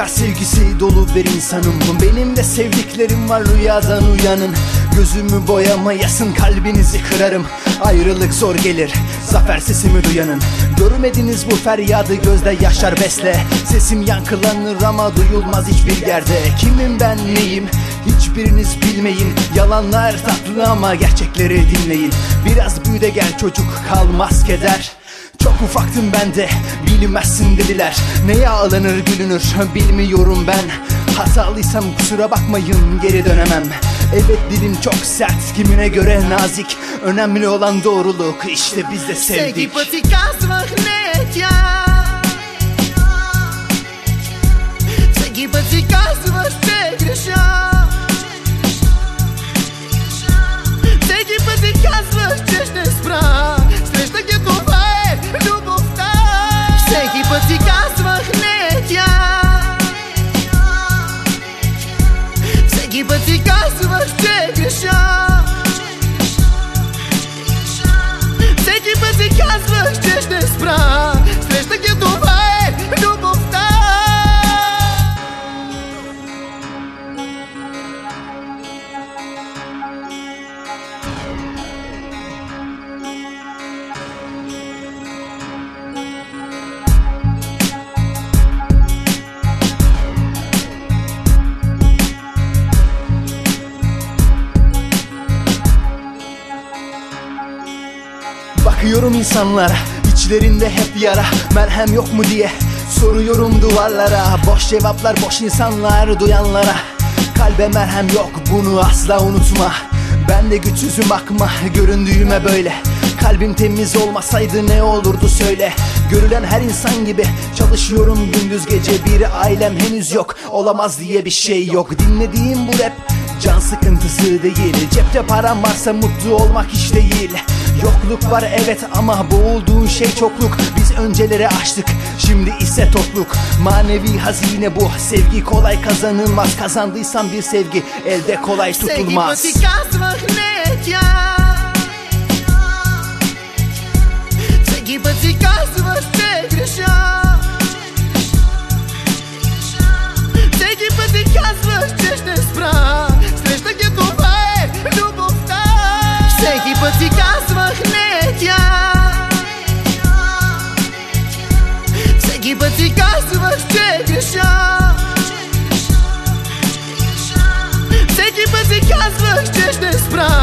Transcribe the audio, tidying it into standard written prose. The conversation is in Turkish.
çıkar sevgisi dolu bir insanım. Benim de sevdiklerim var, rüyadan uyanın. Gözümü boyamayasın, kalbinizi kırarım. Ayrılık zor gelir, zafer sesimi duyanın. Görmediniz bu feryadı, gözde yaşar besle. Sesim yankılanır ama duyulmaz hiçbir yerde. Kimim ben, neyim, hiçbiriniz bilmeyin. Yalanlar tatlı ama gerçekleri dinleyin. Biraz büyü de gel çocuk, kalmaz keder. Çok ufaktım ben de, bilmezsin dediler. Neye ağlanır gülünür bilmiyorum ben. Hatalıysam kusura bakmayın, geri dönemem. Evet dilim çok sert, kimine göre nazik. Önemli olan doğruluk, işte biz de sevdik. Bakıyorum insanlara, içlerinde hep yara. Merhem yok mu diye soruyorum duvarlara. Boş cevaplar, boş insanlar duyanlara. Kalbe merhem yok, bunu asla unutma. Ben de güçsüzüm, bakma göründüğüme böyle. Kalbim temiz olmasaydı ne olurdu söyle. Görülen her insan gibi çalışıyorum gündüz gece. Bir ailem henüz yok, olamaz diye bir şey yok. Dinlediğim bu rap can sıkıntısı değil. Cepte param varsa mutlu olmak hiç değil. Yokluk var evet ama boğulduğun şey çokluk. Biz önceleri açtık, şimdi ise tokluk. Manevi hazine bu, sevgi kolay kazanılmaz. Kazandıysan bir sevgi elde kolay tutulmaz. Всеки път си казвах, че ще спра.